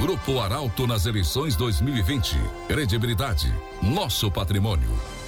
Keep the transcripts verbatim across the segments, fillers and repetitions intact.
Grupo Arauto nas eleições dois mil e vinte. Credibilidade, nosso patrimônio.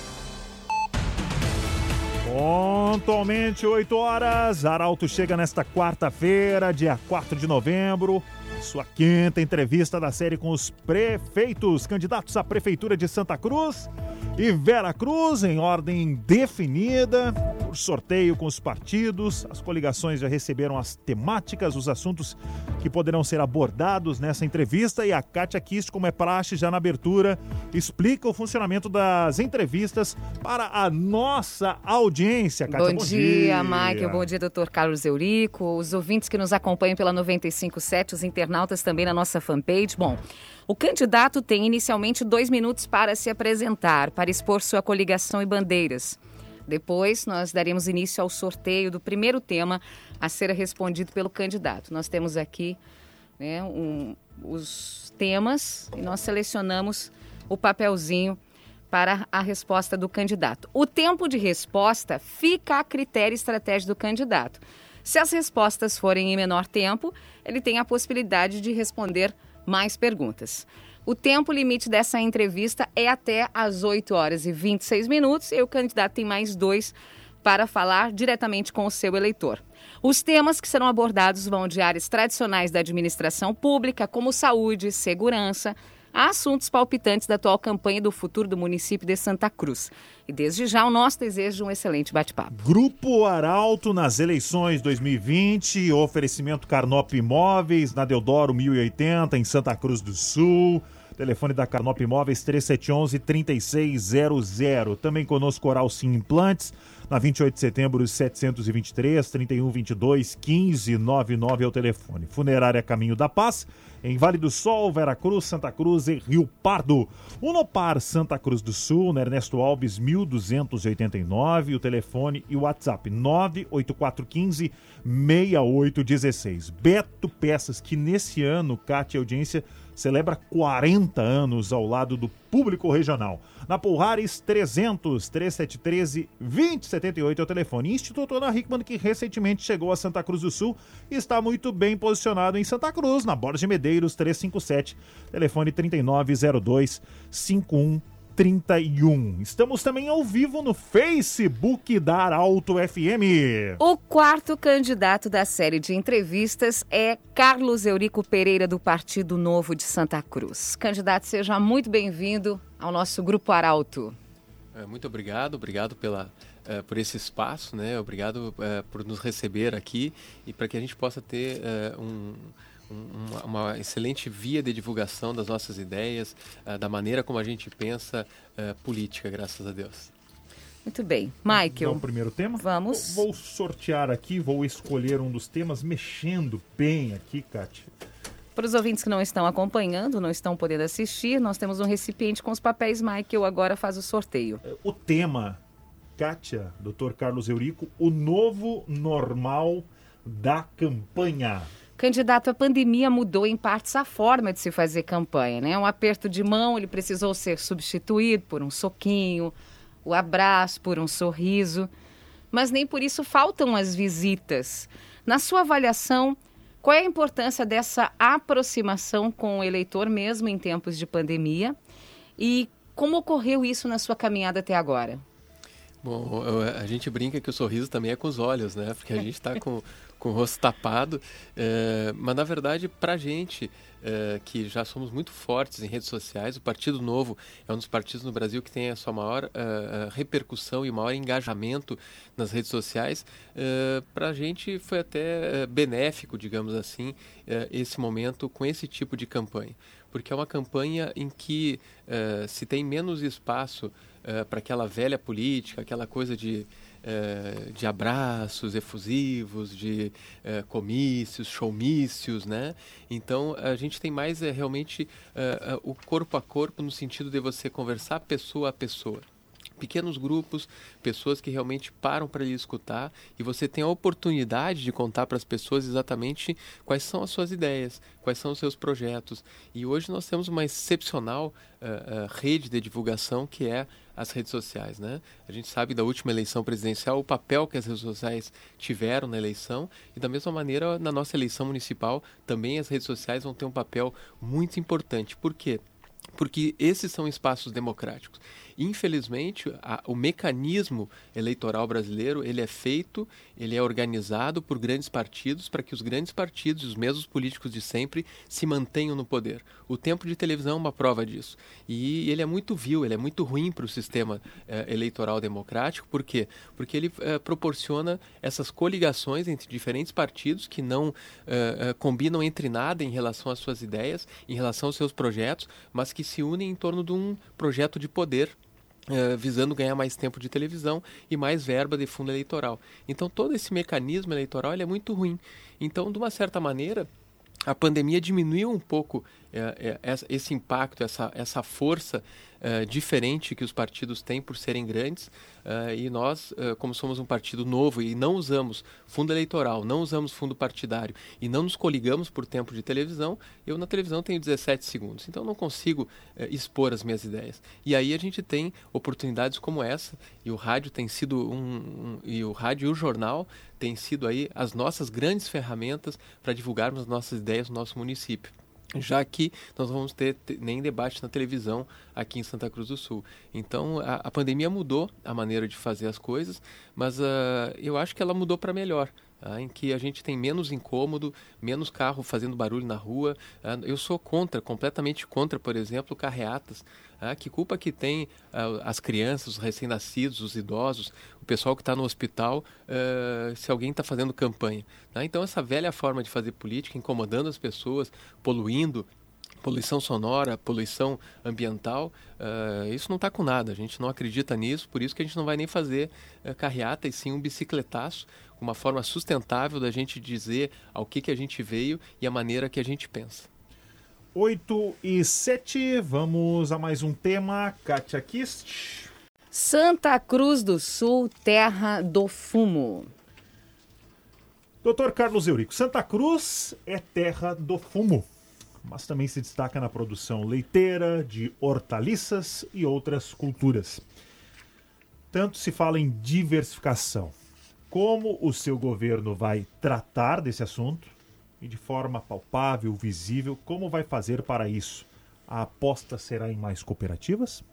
Pontualmente, oito horas. Arauto chega nesta quarta-feira, dia quatro de novembro. Sua quinta entrevista da série com os prefeitos, candidatos à Prefeitura de Santa Cruz e Vera Cruz, em ordem definida, por sorteio com os partidos. As coligações já receberam as temáticas, os assuntos que poderão ser abordados nessa entrevista. E a Kátia Kist, como é praxe já na abertura, explica o funcionamento das entrevistas para a nossa audiência. Kátia, bom, bom dia, dia, Michael. Bom dia, doutor Carlos Eurico. Os ouvintes que nos acompanham pela noventa e cinco ponto sete, os internautas também na nossa fanpage. Bom, o candidato tem inicialmente dois minutos para se apresentar, para expor sua coligação e bandeiras. Depois, nós daremos início ao sorteio do primeiro tema a ser respondido pelo candidato. Nós temos aqui, né, um, os temas e nós selecionamos o papelzinho para a resposta do candidato. O tempo de resposta fica a critério e estratégia do candidato. Se as respostas forem em menor tempo, ele tem a possibilidade de responder mais perguntas. O tempo limite dessa entrevista é até às oito horas e vinte e seis minutos e o candidato tem mais dois para falar diretamente com o seu eleitor. Os temas que serão abordados vão de áreas tradicionais da administração pública, como saúde, segurança, a assuntos palpitantes da atual campanha do futuro do município de Santa Cruz. E desde já o nosso desejo de um excelente bate-papo. Grupo Arauto nas eleições dois mil e vinte, oferecimento Carnop Imóveis, na Deodoro mil e oitenta, em Santa Cruz do Sul. Telefone da Carnop Imóveis três sete um um, três seis zero zero. Também conosco Oral Sim Implantes, na vinte e oito de setembro, setecentos e vinte e três, trinta e um, vinte e dois, quinze, noventa e nove é o telefone. Funerária Caminho da Paz, em Vale do Sol, Vera Cruz, Santa Cruz e Rio Pardo. Unopar Santa Cruz do Sul, na Ernesto Alves, mil duzentos e oitenta e nove, o telefone e o WhatsApp nove oito quatro um cinco, seis oito um seis. Beto Peças, que nesse ano, Cátia e audiência, celebra quarenta anos ao lado do público regional. Na Pulhares trezentos, três sete um três, dois zero sete oito é o telefone. Instituto Ana Hickman, que recentemente chegou a Santa Cruz do Sul e está muito bem posicionado em Santa Cruz, na Borges de Medeiros trezentos e cinquenta e sete, telefone trinta e nove zero dois, cinquenta e um trinta e um. Estamos também ao vivo no Facebook da Arauto F M. O quarto candidato da série de entrevistas é Carlos Eurico Pereira, do Partido Novo de Santa Cruz. Candidato, seja muito bem-vindo ao nosso Grupo Arauto. Muito obrigado, obrigado pela, uh, por esse espaço, né? Obrigado uh, por nos receber aqui e para que a gente possa ter uh, um... Uma, uma excelente via de divulgação das nossas ideias, uh, da maneira como a gente pensa uh, política, graças a Deus. Muito bem. Michael. Vamos ao primeiro tema? Vamos. Vou, vou sortear aqui, vou escolher um dos temas, mexendo bem aqui, Kátia. Para os ouvintes que não estão acompanhando, não estão podendo assistir, nós temos um recipiente com os papéis. Michael agora faz o sorteio. O tema, Kátia, doutor Carlos Eurico, o novo normal da campanha. Candidato, a pandemia mudou em partes a forma de se fazer campanha, né? Um aperto de mão, ele precisou ser substituído por um soquinho, o abraço por um sorriso, mas nem por isso faltam as visitas. Na sua avaliação, qual é a importância dessa aproximação com o eleitor mesmo em tempos de pandemia e como ocorreu isso na sua caminhada até agora? Bom, a gente brinca que o sorriso também é com os olhos, né? Porque a gente está com, com o rosto tapado. É, mas, na verdade, para a gente, é, que já somos muito fortes em redes sociais, o Partido Novo é um dos partidos no Brasil que tem a sua maior uh, repercussão e maior engajamento nas redes sociais. Uh, para a gente foi até uh, benéfico, digamos assim, uh, esse momento com esse tipo de campanha. Porque é uma campanha em que uh, se tem menos espaço Uh, para aquela velha política, aquela coisa de, uh, de abraços efusivos, de uh, comícios, showmícios, né? Então, a gente tem mais uh, realmente uh, uh, o corpo a corpo no sentido de você conversar pessoa a pessoa. pequenos grupos, pessoas que realmente param para lhe escutar, e você tem a oportunidade de contar para as pessoas exatamente quais são as suas ideias, quais são os seus projetos. E hoje nós temos uma excepcional uh, uh, rede de divulgação que é as redes sociais, né? A gente sabe da última eleição presidencial o papel que as redes sociais tiveram na eleição, e da mesma maneira na nossa eleição municipal também as redes sociais vão ter um papel muito importante. Por quê? Porque esses são espaços democráticos. Infelizmente, a, o mecanismo eleitoral brasileiro, ele é feito, ele é organizado por grandes partidos para que os grandes partidos, os mesmos políticos de sempre, se mantenham no poder. O tempo de televisão é uma prova disso. E ele é muito vil, ele é muito ruim para o sistema eh, eleitoral democrático. Por quê? Porque ele eh, proporciona essas coligações entre diferentes partidos que não eh, eh, combinam entre nada em relação às suas ideias, em relação aos seus projetos, mas que se unem em torno de um projeto de poder, Uh, visando ganhar mais tempo de televisão e mais verba de fundo eleitoral. Então, todo esse mecanismo eleitoral ele é muito ruim. Então, de uma certa maneira, a pandemia diminuiu um pouco uh, uh, esse impacto, essa, essa força uh, diferente que os partidos têm por serem grandes. Uh, e nós, uh, como somos um partido novo e não usamos fundo eleitoral, não usamos fundo partidário e não nos coligamos por tempo de televisão, eu na televisão tenho dezessete segundos, então não consigo uh, expor as minhas ideias. E aí a gente tem oportunidades como essa, e o rádio tem sido um, um e o rádio e o jornal têm sido aí as nossas grandes ferramentas para divulgarmos as nossas ideias no nosso município, já que nós não vamos ter nem debate na televisão aqui em Santa Cruz do Sul. Então, a, a pandemia mudou a maneira de fazer as coisas, mas uh, eu acho que ela mudou para melhor, uh, em que a gente tem menos incômodo, menos carro fazendo barulho na rua. Uh, eu sou contra, completamente contra, por exemplo, carreatas. Uh, que culpa que tem uh, as crianças, os recém-nascidos, os idosos, o pessoal que está no hospital, uh, se alguém está fazendo campanha. Né? Então, essa velha forma de fazer política, incomodando as pessoas, poluindo, poluição sonora, poluição ambiental, uh, isso não está com nada, a gente não acredita nisso, por isso que a gente não vai nem fazer uh, carreata, e sim um bicicletaço, uma forma sustentável da gente dizer ao que, que a gente veio e a maneira que a gente pensa. oito e sete, vamos a mais um tema, Kátia Kist. Santa Cruz do Sul, terra do fumo. doutor Carlos Eurico, Santa Cruz é terra do fumo, mas também se destaca na produção leiteira, de hortaliças e outras culturas. Tanto se fala em diversificação. Como o seu governo vai tratar desse assunto e de forma palpável, visível, como vai fazer para isso? A aposta será em mais cooperativas?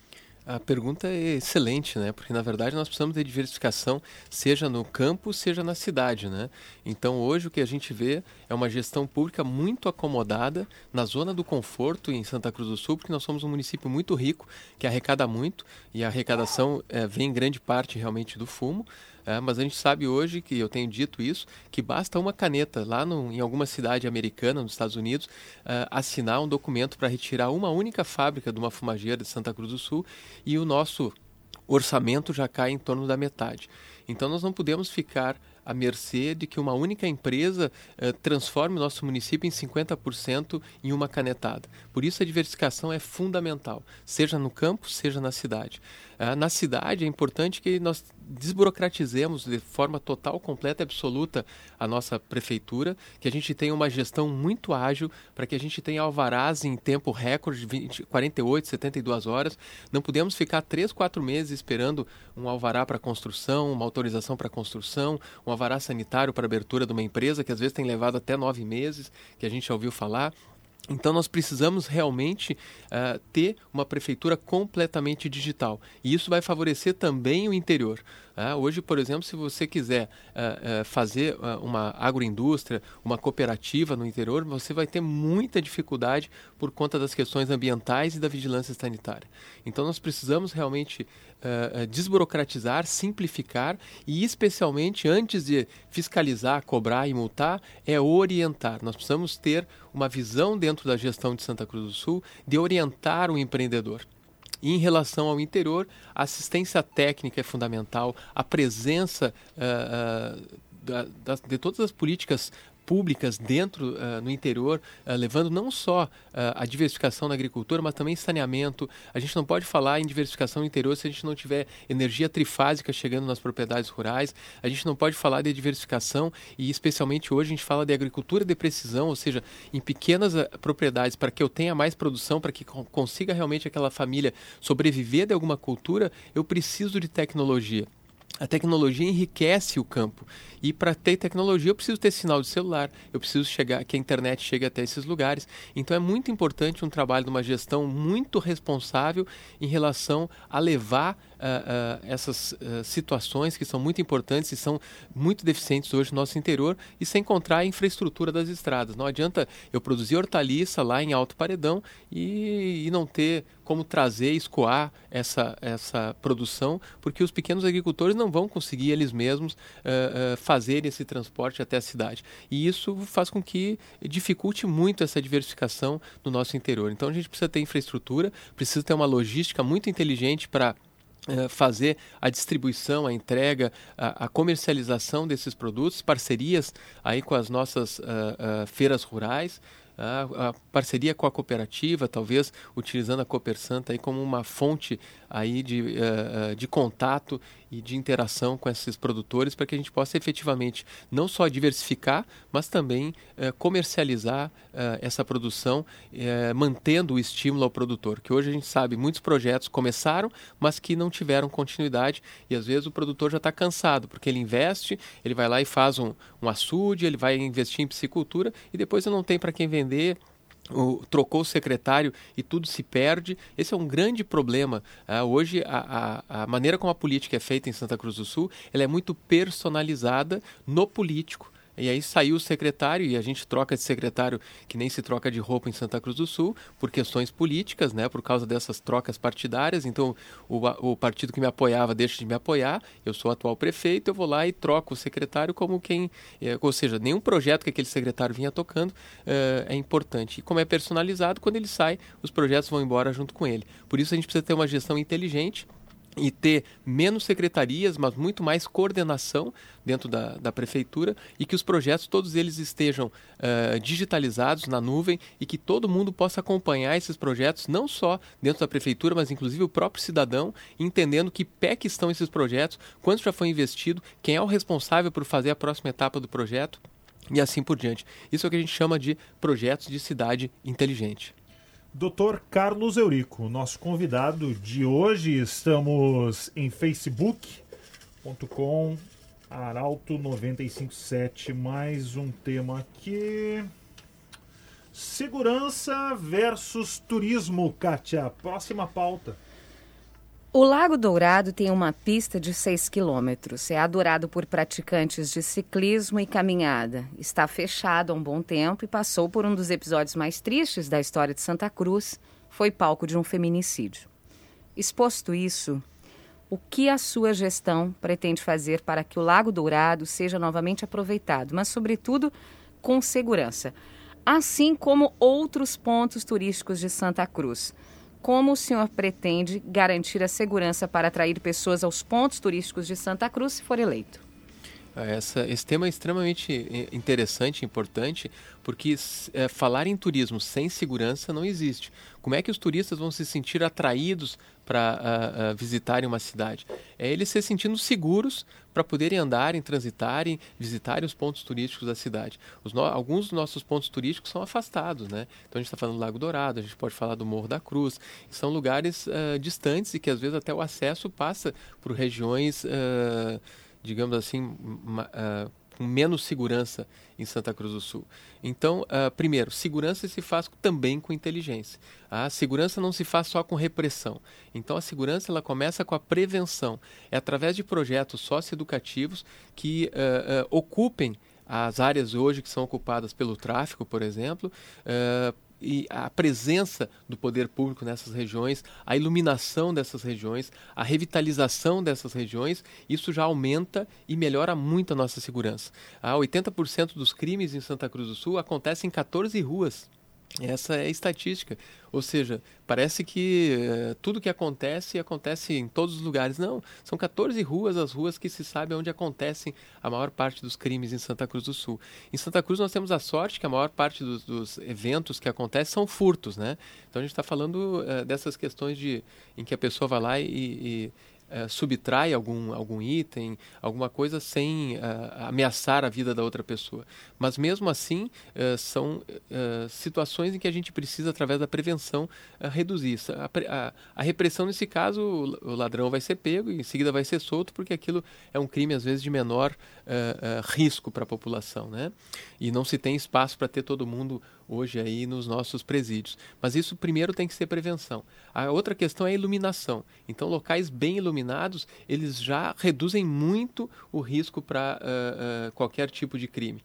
A pergunta é excelente, né? Porque, na verdade, nós precisamos de diversificação, seja no campo, seja na cidade, né? Então, hoje, o que a gente vê é uma gestão pública muito acomodada na zona do conforto em Santa Cruz do Sul, porque nós somos um município muito rico, que arrecada muito, e a arrecadação é, vem em grande parte realmente do fumo. É, mas a gente sabe hoje, que eu tenho dito isso, que basta uma caneta lá no, em alguma cidade americana, nos Estados Unidos, uh, assinar um documento para retirar uma única fábrica de uma fumageira de Santa Cruz do Sul, e o nosso orçamento já cai em torno da metade. Então nós não podemos ficar à mercê de que uma única empresa uh, transforme o nosso município em cinquenta por cento em uma canetada. Por isso a diversificação é fundamental, seja no campo, seja na cidade. Uh, na cidade é importante que nós desburocratizemos de forma total, completa e absoluta a nossa prefeitura, que a gente tenha uma gestão muito ágil, para que a gente tenha alvarás em tempo recorde de vinte, quarenta e oito, setenta e duas horas. Não podemos ficar três, quatro meses esperando um alvará para construção, uma autorização para construção, um alvará sanitário para abertura de uma empresa, que às vezes tem levado até nove meses, que a gente já ouviu falar. Então nós precisamos realmente uh, ter uma prefeitura completamente digital, e isso vai favorecer também o interior. Uh, hoje, por exemplo, se você quiser uh, uh, fazer uh, uma agroindústria, uma cooperativa no interior, você vai ter muita dificuldade por conta das questões ambientais e da vigilância sanitária. Então nós precisamos realmente uh, uh, desburocratizar, simplificar e, especialmente, antes de fiscalizar, cobrar e multar, é orientar. Nós precisamos ter uma visão dentro da gestão de Santa Cruz do Sul de orientar o empreendedor. E em relação ao interior, a assistência técnica é fundamental, a presença uh, uh, da, da, de todas as políticas públicas dentro, uh, no interior, uh, levando não só uh, a diversificação na agricultura, mas também saneamento. A gente não pode falar em diversificação no interior se a gente não tiver energia trifásica chegando nas propriedades rurais. A gente não pode falar de diversificação e, especialmente hoje, a gente fala de agricultura de precisão, ou seja, em pequenas uh, propriedades, para que eu tenha mais produção, para que co- consiga realmente aquela família sobreviver de alguma cultura, eu preciso de tecnologia. A tecnologia enriquece o campo e para ter tecnologia eu preciso ter sinal de celular, eu preciso chegar, que a internet chegue até esses lugares. Então é muito importante um trabalho de uma gestão muito responsável em relação a levar uh, uh, essas uh, situações que são muito importantes e são muito deficientes hoje no nosso interior e sem encontrar a infraestrutura das estradas. Não adianta eu produzir hortaliça lá em Alto Paredão e, e não ter como trazer, escoar essa, essa produção, porque os pequenos agricultores não vão conseguir eles mesmos uh, uh, fazer esse transporte até a cidade. E isso faz com que dificulte muito essa diversificação no nosso interior. Então a gente precisa ter infraestrutura, precisa ter uma logística muito inteligente para uh, fazer a distribuição, a entrega, a, a comercialização desses produtos, parcerias aí com as nossas uh, uh, feiras rurais, A, a parceria com a cooperativa, talvez utilizando a Copersanta aí como uma fonte aí de, uh, de contato e de interação com esses produtores para que a gente possa efetivamente não só diversificar, mas também uh, comercializar uh, essa produção, uh, mantendo o estímulo ao produtor, que hoje a gente sabe, muitos projetos começaram, mas que não tiveram continuidade e às vezes o produtor já está cansado, porque ele investe, ele vai lá e faz um, um açude, ele vai investir em piscicultura e depois não tem para quem vender, o, trocou o secretário e tudo se perde. Esse é um grande problema. Ah, hoje, a, a, a maneira como a política é feita em Santa Cruz do Sul, ela é muito personalizada no político. E aí saiu o secretário e a gente troca de secretário que nem se troca de roupa em Santa Cruz do Sul por questões políticas, né, por causa dessas trocas partidárias. Então o, o partido que me apoiava deixa de me apoiar, eu sou o atual prefeito, eu vou lá e troco o secretário como quem... É, ou seja, nenhum projeto que aquele secretário vinha tocando é, é importante. E como é personalizado, quando ele sai, os projetos vão embora junto com ele. Por isso a gente precisa ter uma gestão inteligente e ter menos secretarias, mas muito mais coordenação dentro da, da prefeitura e que os projetos, todos eles estejam uh, digitalizados na nuvem e que todo mundo possa acompanhar esses projetos, não só dentro da prefeitura, mas inclusive o próprio cidadão, entendendo que pé que estão esses projetos, quanto já foi investido, quem é o responsável por fazer a próxima etapa do projeto e assim por diante. Isso é o que a gente chama de projetos de cidade inteligente. doutor Carlos Eurico, nosso convidado de hoje. Estamos em facebook ponto com Arauto noventa e cinco sete. Mais um tema aqui. Segurança versus turismo, Kátia. Próxima pauta. O Lago Dourado tem uma pista de seis quilômetros. É adorado por praticantes de ciclismo e caminhada. Está fechado há um bom tempo e passou por um dos episódios mais tristes da história de Santa Cruz. Foi palco de um feminicídio. Exposto isso, o que a sua gestão pretende fazer para que o Lago Dourado seja novamente aproveitado, mas, sobretudo, com segurança, assim como outros pontos turísticos de Santa Cruz? Como o senhor pretende garantir a segurança para atrair pessoas aos pontos turísticos de Santa Cruz se for eleito? Essa, esse tema é extremamente interessante e importante, porque é, falar em turismo sem segurança não existe. Como é que os turistas vão se sentir atraídos para uh, uh, visitarem uma cidade? É eles se sentindo seguros para poderem andarem, transitarem, visitarem os pontos turísticos da cidade. Os no... Alguns dos nossos pontos turísticos são afastados, né? Então a gente está falando do Lago Dourado, a gente pode falar do Morro da Cruz. São lugares uh, distantes e que às vezes até o acesso passa por regiões... Uh, digamos assim, uh, com menos segurança em Santa Cruz do Sul. Então, uh, primeiro, segurança se faz também com inteligência. A segurança não se faz só com repressão. Então, a segurança ela começa com a prevenção. É através de projetos socioeducativos que uh, uh, ocupem as áreas hoje que são ocupadas pelo tráfico, por exemplo, uh, e a presença do poder público nessas regiões, a iluminação dessas regiões, a revitalização dessas regiões, isso já aumenta e melhora muito a nossa segurança. Ah, oitenta por cento dos crimes em Santa Cruz do Sul acontecem em quatorze ruas. Essa é a estatística. Ou seja, parece que uh, tudo que acontece, acontece em todos os lugares. Não, são quatorze ruas, as ruas que se sabe onde acontecem a maior parte dos crimes em Santa Cruz do Sul. Em Santa Cruz nós temos a sorte que a maior parte dos, dos eventos que acontecem são furtos, né? Então a gente está falando uh, dessas questões de, em que a pessoa vai lá e... e Uh, subtrai algum, algum item, alguma coisa sem uh, ameaçar a vida da outra pessoa. Mas mesmo assim, uh, são uh, situações em que a gente precisa, através da prevenção, uh, reduzir. A, a, a repressão, nesse caso, o, o ladrão vai ser pego e em seguida vai ser solto, porque aquilo é um crime, às vezes, de menor uh, uh, risco para a população, né? E não se tem espaço para ter todo mundo hoje aí nos nossos presídios. Mas isso primeiro tem que ser prevenção. A outra questão é a iluminação. Então, locais bem iluminados, eles já reduzem muito o risco para uh, uh, qualquer tipo de crime.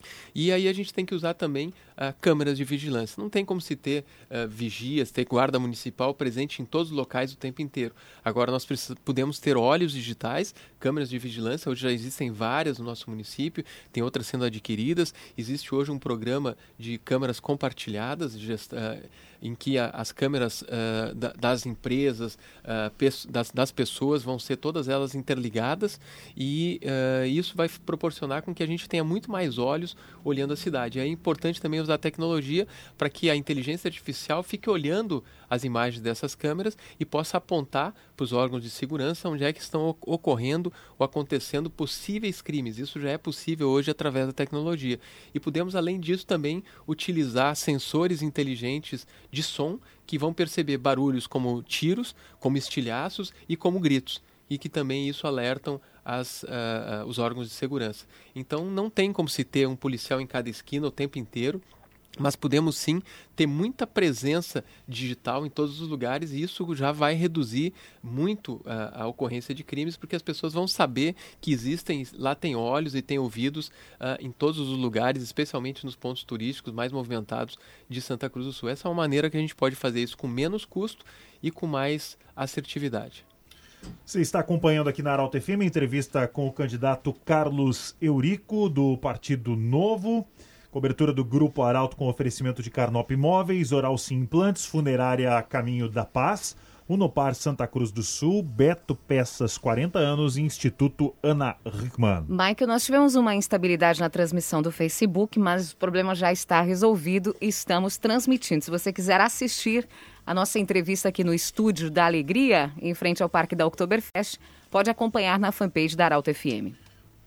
E aí a gente tem que usar também uh, câmeras de vigilância. Não tem como se ter uh, vigias, ter guarda municipal presente em todos os locais o tempo inteiro. Agora nós podemos ter olhos digitais, câmeras de vigilância, hoje já existem várias no nosso município, tem outras sendo adquiridas. Existe hoje um programa de câmeras compartilhadas, de gest... uh, em que a, as câmeras uh, da, das empresas, uh, pe- das, das pessoas, vão ser todas elas interligadas e uh, isso vai proporcionar com que a gente tenha muito mais olhos olhando a cidade. É importante também usar a tecnologia para que a inteligência artificial fique olhando as imagens dessas câmeras e possa apontar para os órgãos de segurança onde é que estão ocorrendo ou acontecendo possíveis crimes. Isso já é possível hoje através da tecnologia. E podemos, além disso, também utilizar sensores inteligentes de som que vão perceber barulhos como tiros, como estilhaços e como gritos. E que também isso alertam as, uh, uh, os órgãos de segurança. Então não tem como se ter um policial em cada esquina o tempo inteiro, mas podemos sim ter muita presença digital em todos os lugares e isso já vai reduzir muito uh, a ocorrência de crimes, porque as pessoas vão saber que existem, lá tem olhos e tem ouvidos uh, em todos os lugares, especialmente nos pontos turísticos mais movimentados de Santa Cruz do Sul. Essa é uma maneira que a gente pode fazer isso com menos custo e com mais assertividade. Você está acompanhando aqui na Arauto F M a entrevista com o candidato Carlos Eurico, do Partido Novo. Cobertura do Grupo Arauto com oferecimento de Carnop Imóveis, Oral Sim Implantes, Funerária Caminho da Paz, Unopar Santa Cruz do Sul, Beto Peças quarenta anos e Instituto Ana Hickman. Michael, nós tivemos uma instabilidade na transmissão do Facebook, mas o problema já está resolvido e estamos transmitindo. Se você quiser assistir a nossa entrevista aqui no Estúdio da Alegria, em frente ao Parque da Oktoberfest, pode acompanhar na fanpage da Arauto F M.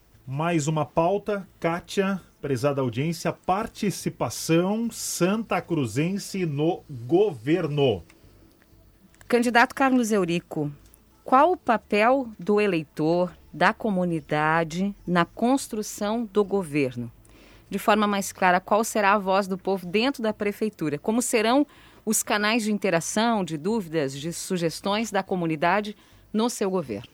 Mais uma pauta, Kátia, prezada audiência, participação santacruzense no governo. Candidato Carlos Eurico, qual o papel do eleitor, da comunidade, na construção do governo? De forma mais clara, qual será a voz do povo dentro da prefeitura? Como serão os canais de interação, de dúvidas, de sugestões da comunidade no seu governo?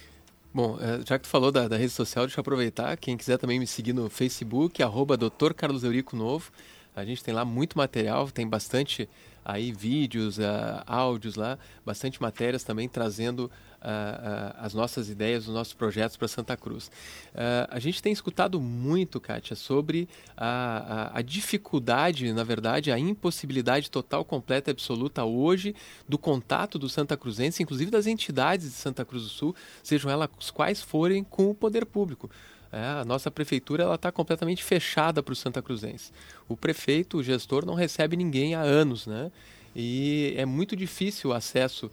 Bom, já que tu falou da, da rede social, deixa eu aproveitar. Quem quiser também me seguir no Facebook, arroba doutor Carlos Eurico Novo. A gente tem lá muito material, tem bastante aí vídeos, uh, áudios lá, bastante matérias também trazendo uh, uh, as nossas ideias, os nossos projetos para Santa Cruz. Uh, a gente tem escutado muito, Kátia, sobre a, a, a dificuldade, na verdade, a impossibilidade total, completa e absoluta hoje do contato do santacruzense, inclusive das entidades de Santa Cruz do Sul, sejam elas quais forem, com o poder público. É, a nossa prefeitura está completamente fechada para o santacruzense. O prefeito, o gestor, não recebe ninguém há anos, né? E é muito difícil o acesso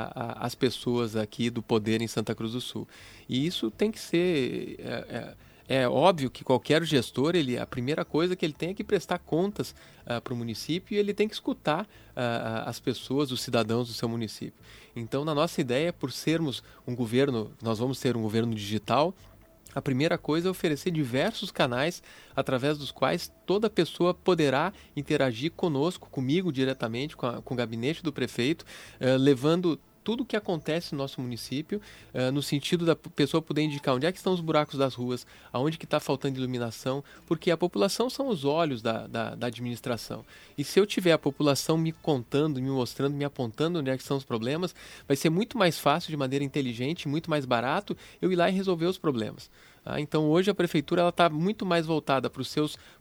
às pessoas aqui do poder em Santa Cruz do Sul. E isso tem que ser... É, é, é óbvio que qualquer gestor, ele, a primeira coisa que ele tem é que prestar contas uh, para o município e ele tem que escutar uh, as pessoas, os cidadãos do seu município. Então, na nossa ideia, por sermos um governo, nós vamos ser um governo digital. A primeira coisa é oferecer diversos canais através dos quais toda pessoa poderá interagir conosco, comigo diretamente, com, a, com o gabinete do prefeito, uh, levando tudo o que acontece no nosso município, uh, no sentido da pessoa poder indicar onde é que estão os buracos das ruas, aonde que está faltando iluminação, porque a população são os olhos da, da, da administração. E se eu tiver a população me contando, me mostrando, me apontando onde é que estão os problemas, vai ser muito mais fácil, de maneira inteligente, muito mais barato, eu ir lá e resolver os problemas. Ah, então hoje a prefeitura está muito mais voltada para os seus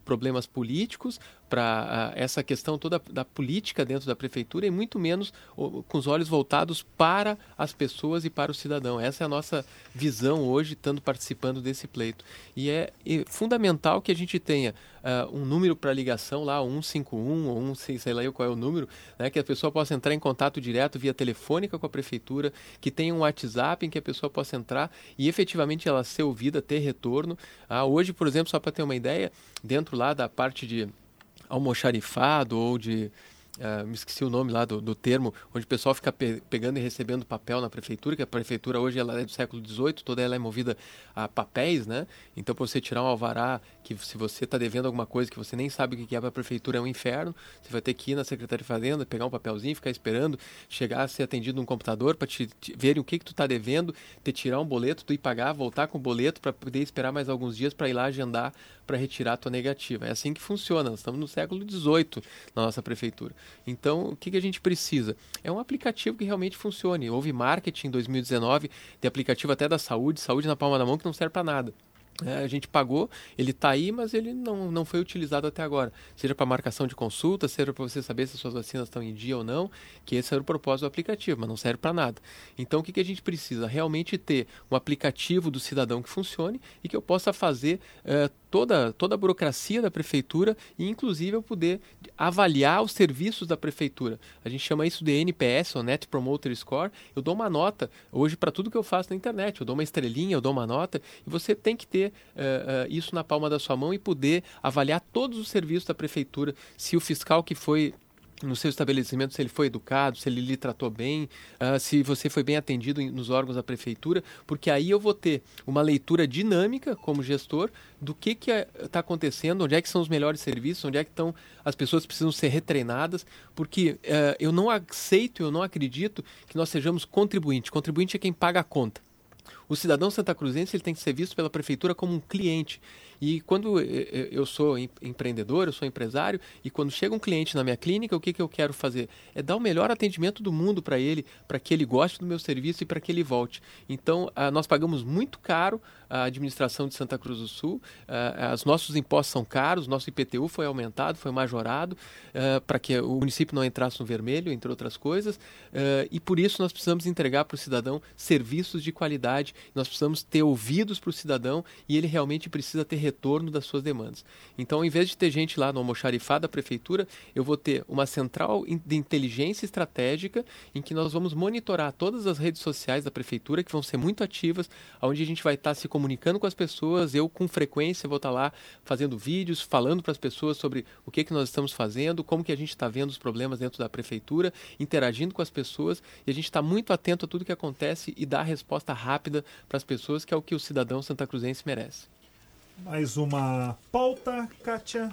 problemas políticos, para uh, essa questão toda da política dentro da prefeitura e muito menos uh, com os olhos voltados para as pessoas e para o cidadão. Essa é a nossa visão hoje, estando participando desse pleito. E é, é fundamental que a gente tenha uh, um número para ligação lá, um cinco um ou um, sei lá eu qual é o número, né, que a pessoa possa entrar em contato direto via telefônica com a prefeitura, que tenha um WhatsApp em que a pessoa possa entrar e efetivamente ela ser ouvida, ter retorno. Uh, hoje, por exemplo, só para ter uma ideia, dentro lá da parte de almoxarifado ou de... Uh, me esqueci o nome lá do, do termo, onde o pessoal fica pe- pegando e recebendo papel na prefeitura, que a prefeitura hoje ela é do século dezoito, toda ela é movida a papéis, né? Então, para você tirar um alvará, que se você está devendo alguma coisa que você nem sabe o que é para a prefeitura, é um inferno, você vai ter que ir na Secretaria de Fazenda, pegar um papelzinho, ficar esperando, chegar a ser atendido num computador para te, te verem o que que tu está devendo, te tirar um boleto, tu ir pagar, voltar com o boleto para poder esperar mais alguns dias para ir lá agendar para retirar a tua negativa. É assim que funciona, nós estamos no século dezoito na nossa prefeitura. Então, o que, que a gente precisa? É um aplicativo que realmente funcione. Houve marketing em dois mil e dezenove de aplicativo até da saúde, saúde na palma da mão, que não serve para nada. É, a gente pagou, ele está aí, mas ele não, não foi utilizado até agora. Seja para marcação de consulta, seja para você saber se as suas vacinas estão em dia ou não, que esse era o propósito do aplicativo, mas não serve para nada. Então, o que, que a gente precisa? Realmente ter um aplicativo do cidadão que funcione e que eu possa fazer uh, toda, toda a burocracia da prefeitura e, inclusive, eu poder avaliar os serviços da prefeitura. A gente chama isso de N P S, ou Net Promoter Score. Eu dou uma nota hoje para tudo que eu faço na internet. Eu dou uma estrelinha, eu dou uma nota e você tem que ter Uh, uh, isso na palma da sua mão e poder avaliar todos os serviços da prefeitura, se o fiscal que foi no seu estabelecimento, se ele foi educado, se ele lhe tratou bem, uh, se você foi bem atendido em, nos órgãos da prefeitura, porque aí eu vou ter uma leitura dinâmica como gestor do que que está acontecendo, onde é que são os melhores serviços, onde é que estão as pessoas que precisam ser retreinadas, porque uh, eu não aceito, eu não acredito que nós sejamos contribuinte. Contribuinte é quem paga a conta. O cidadão santacruzense ele tem que ser visto pela prefeitura como um cliente. E quando eu sou empreendedor, eu sou empresário, e quando chega um cliente na minha clínica, o que, que eu quero fazer? É dar o melhor atendimento do mundo para ele, para que ele goste do meu serviço e para que ele volte. Então, nós pagamos muito caro a administração de Santa Cruz do Sul, os nossos impostos são caros, nosso I P T U foi aumentado, foi majorado, para que o município não entrasse no vermelho, entre outras coisas, e por isso nós precisamos entregar para o cidadão serviços de qualidade, nós precisamos ter ouvidos para o cidadão e ele realmente precisa ter retorno das suas demandas. Então, ao invés de ter gente lá no almoxarifado da prefeitura, eu vou ter uma central de inteligência estratégica em que nós vamos monitorar todas as redes sociais da prefeitura, que vão ser muito ativas, onde a gente vai estar se comunicando com as pessoas, eu com frequência vou estar lá fazendo vídeos, falando para as pessoas sobre o que, que nós estamos fazendo, como que a gente está vendo os problemas dentro da prefeitura, interagindo com as pessoas, e a gente está muito atento a tudo que acontece e dar a resposta rápida para as pessoas, que é o que o cidadão santacruzense merece. Mais uma pauta, Kátia.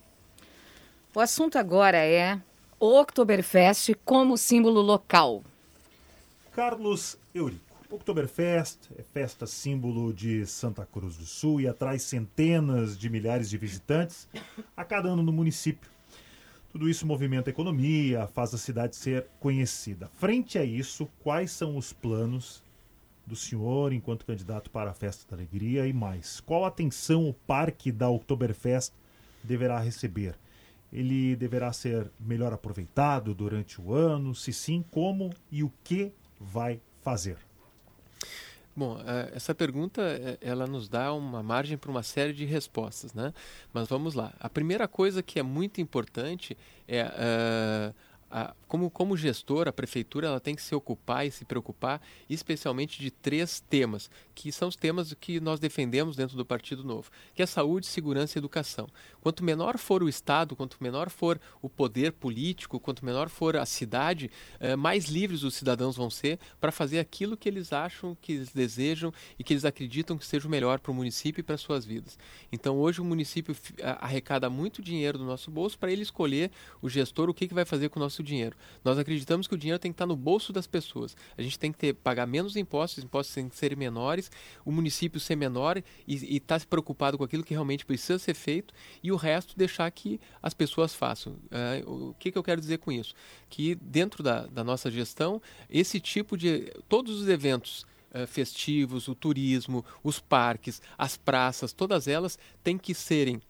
O assunto agora é o Oktoberfest como símbolo local. Carlos Eurico. Oktoberfest é festa símbolo de Santa Cruz do Sul e atrai centenas de milhares de visitantes a cada ano no município. Tudo isso movimenta a economia, faz a cidade ser conhecida. Frente a isso, quais são os planos do senhor enquanto candidato para a Festa da Alegria e mais? Qual atenção o parque da Oktoberfest deverá receber? Ele deverá ser melhor aproveitado durante o ano? Se sim, como e o que vai fazer? Bom, essa pergunta ela nos dá uma margem para uma série de respostas, né? Mas vamos lá. A primeira coisa que é muito importante é... Uh, A, como, como gestor, a prefeitura ela tem que se ocupar e se preocupar especialmente de três temas, que são os temas que nós defendemos dentro do Partido Novo, que é saúde, segurança e educação. Quanto menor for o Estado, quanto menor for o poder político, quanto menor for a cidade, eh, mais livres os cidadãos vão ser para fazer aquilo que eles acham, que eles desejam e que eles acreditam que seja o melhor para o município e para as suas vidas. Então hoje o município arrecada muito dinheiro do nosso bolso para ele escolher o gestor, o que, que vai fazer com o nosso dinheiro. Nós acreditamos que o dinheiro tem que estar no bolso das pessoas. A gente tem que ter, pagar menos impostos, os impostos têm que ser menores, o município ser menor e estar se preocupado com aquilo que realmente precisa ser feito e o resto deixar que as pessoas façam. Uh, o que, que eu quero dizer com isso? Que dentro da, da nossa gestão, esse tipo de... todos os eventos uh, festivos, o turismo, os parques, as praças, todas elas têm que serem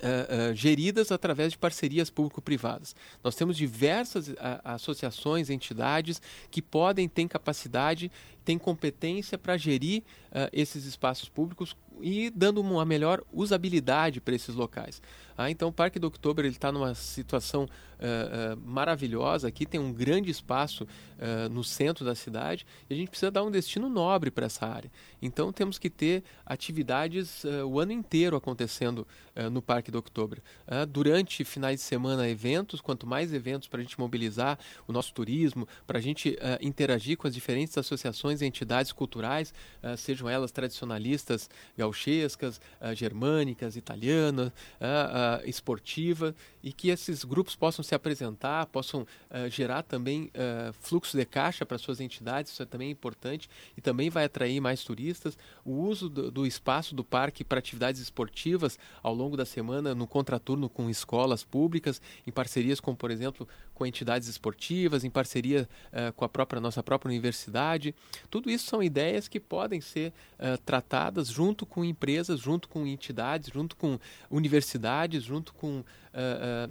Uh, uh, geridas através de parcerias público-privadas. Nós temos diversas uh, associações, entidades que podem, ter capacidade, têm competência para gerir uh, esses espaços públicos e dando uma melhor usabilidade para esses locais. Ah, então o Parque do Outubro está numa situação uh, uh, maravilhosa. Aqui tem um grande espaço uh, no centro da cidade e a gente precisa dar um destino nobre para essa área. Então temos que ter atividades uh, o ano inteiro acontecendo uh, no Parque do Outubro. Uh, durante finais de semana, eventos, quanto mais eventos para a gente mobilizar o nosso turismo, para a gente uh, interagir com as diferentes associações e entidades culturais, uh, sejam elas tradicionalistas, gauchescas, uh, germânicas, italianas, uh, uh, esportiva, e que esses grupos possam se apresentar, possam uh, gerar também uh, fluxo de caixa para suas entidades. Isso é também importante e também vai atrair mais turistas. O uso do, do espaço do parque para atividades esportivas ao longo da semana, no contraturno com escolas públicas, em parcerias com, por exemplo, com entidades esportivas, em parceria uh, com a própria nossa própria universidade. Tudo isso são ideias que podem ser uh, tratadas junto com empresas, junto com entidades, junto com universidades, junto com uh, uh,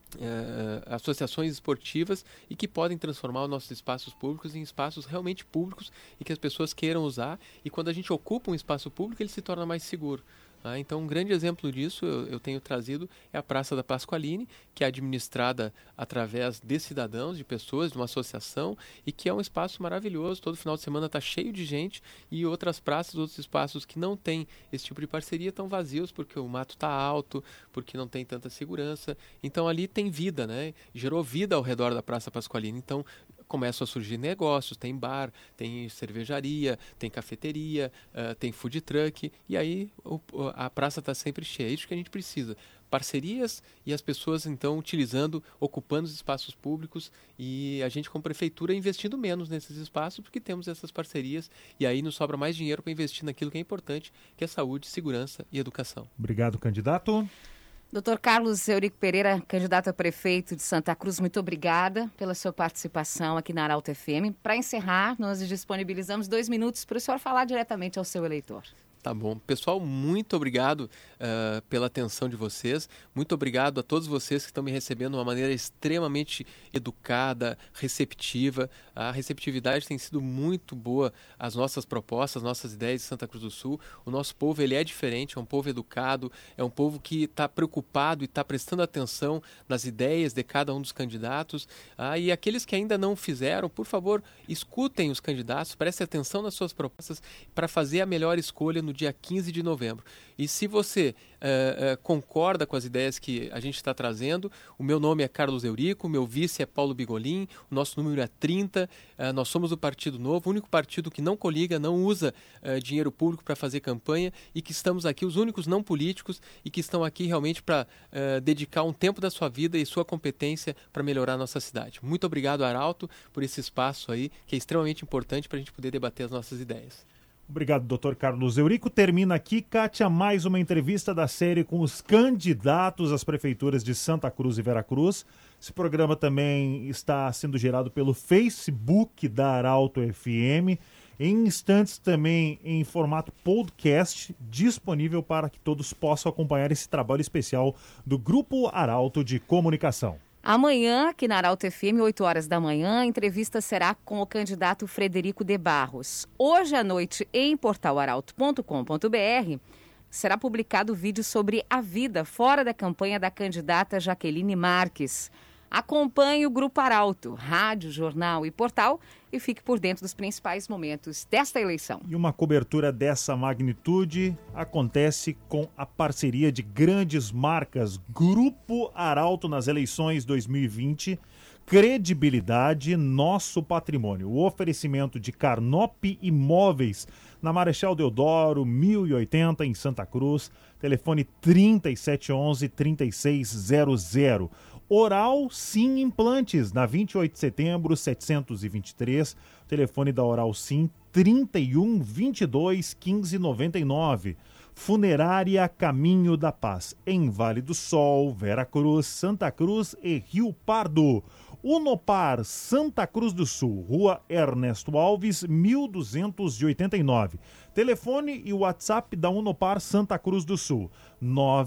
uh, associações esportivas, e que podem transformar os nossos espaços públicos em espaços realmente públicos e que as pessoas queiram usar. E quando a gente ocupa um espaço público, ele se torna mais seguro. Ah, então, um grande exemplo disso eu, eu tenho trazido é a Praça da Pasqualini, que é administrada através de cidadãos, de pessoas, de uma associação, e que é um espaço maravilhoso. Todo final de semana está cheio de gente, e outras praças, outros espaços que não têm esse tipo de parceria estão vazios porque o mato está alto, porque não tem tanta segurança. Então, ali tem vida, né? Gerou vida ao redor da Praça Pasqualini. Então, começam a surgir negócios, tem bar, tem cervejaria, tem cafeteria, uh, tem food truck, e aí o, a praça está sempre cheia. É isso que a gente precisa. Parcerias e as pessoas, então, utilizando, ocupando os espaços públicos, e a gente, como prefeitura, investindo menos nesses espaços, porque temos essas parcerias, e aí nos sobra mais dinheiro para investir naquilo que é importante, que é saúde, segurança e educação. Obrigado, candidato. doutor Carlos Eurico Pereira, candidato a prefeito de Santa Cruz, muito obrigada pela sua participação aqui na Arauto F M. Para encerrar, nós disponibilizamos dois minutos para o senhor falar diretamente ao seu eleitor. Tá bom. Pessoal, muito obrigado uh, pela atenção de vocês. Muito obrigado a todos vocês que estão me recebendo de uma maneira extremamente educada, receptiva. A receptividade tem sido muito boa às nossas propostas, às nossas ideias de Santa Cruz do Sul. O nosso povo, ele é diferente, é um povo educado, é um povo que está preocupado e está prestando atenção nas ideias de cada um dos candidatos. Ah, e aqueles que ainda não fizeram, por favor, escutem os candidatos, prestem atenção nas suas propostas para fazer a melhor escolha no no dia quinze de novembro. E se você uh, uh, concorda com as ideias que a gente está trazendo, o meu nome é Carlos Eurico, o meu vice é Paulo Bigolin, o nosso número é trinta, uh, nós somos o Partido Novo, o único partido que não coliga, não usa uh, dinheiro público para fazer campanha, e que estamos aqui, os únicos não políticos, e que estão aqui realmente para uh, dedicar um tempo da sua vida e sua competência para melhorar a nossa cidade. Muito obrigado, Arauto, por esse espaço aí, que é extremamente importante para a gente poder debater as nossas ideias. Obrigado, doutor Carlos Eurico. Termina aqui, Kátia, mais uma entrevista da série com os candidatos às prefeituras de Santa Cruz e Veracruz. Esse programa também está sendo gerado pelo Facebook da Arauto F M. Em instantes também em formato podcast, disponível para que todos possam acompanhar esse trabalho especial do Grupo Arauto de Comunicação. Amanhã, aqui na Arauto F M, oito horas da manhã, a entrevista será com o candidato Frederico de Barros. Hoje à noite, em portal arauto ponto com ponto b r, será publicado o vídeo sobre a vida fora da campanha da candidata Jaqueline Marques. Acompanhe o Grupo Arauto, rádio, jornal e portal, e fique por dentro dos principais momentos desta eleição. E uma cobertura dessa magnitude acontece com a parceria de grandes marcas. Grupo Arauto nas eleições dois mil e vinte, credibilidade, nosso patrimônio. O oferecimento de Carnop Imóveis na Marechal Deodoro, mil e oitenta, em Santa Cruz. Telefone trinta e sete onze, trinta e seis zero zero. Oral Sim Implantes, na vinte e oito de setembro, setecentos e vinte e três. Telefone da Oral Sim, trinta e um, vinte e dois, quinze noventa e nove. Funerária Caminho da Paz, em Vale do Sol, Veracruz, Santa Cruz e Rio Pardo. Unopar, Santa Cruz do Sul, Rua Ernesto Alves, mil duzentos e oitenta e nove. Telefone e WhatsApp da Unopar Santa Cruz do Sul, nove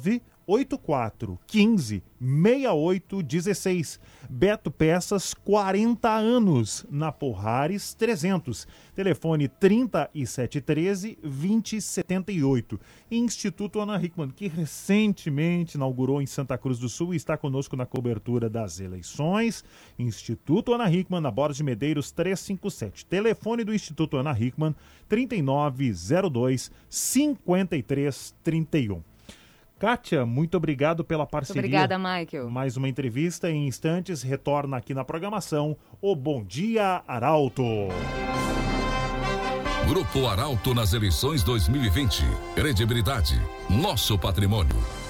oito quatro um cinco, seis oito um seis. Beto Peças, quarenta anos, na Porrares trezentos. Telefone trinta e sete treze, vinte setenta e oito. Instituto Ana Hickman, que recentemente inaugurou em Santa Cruz do Sul e está conosco na cobertura das eleições. Instituto Ana Hickman, na Borges de Medeiros trezentos e cinquenta e sete. Telefone do Instituto Ana Hickman, trinta e nove zero dois, cinquenta e três trinta e um. Kátia, muito obrigado pela parceria. Muito obrigada, Michael. Mais uma entrevista. Em instantes, retorna aqui na programação o Bom Dia Arauto. Grupo Arauto nas eleições dois mil e vinte. Credibilidade, nosso patrimônio.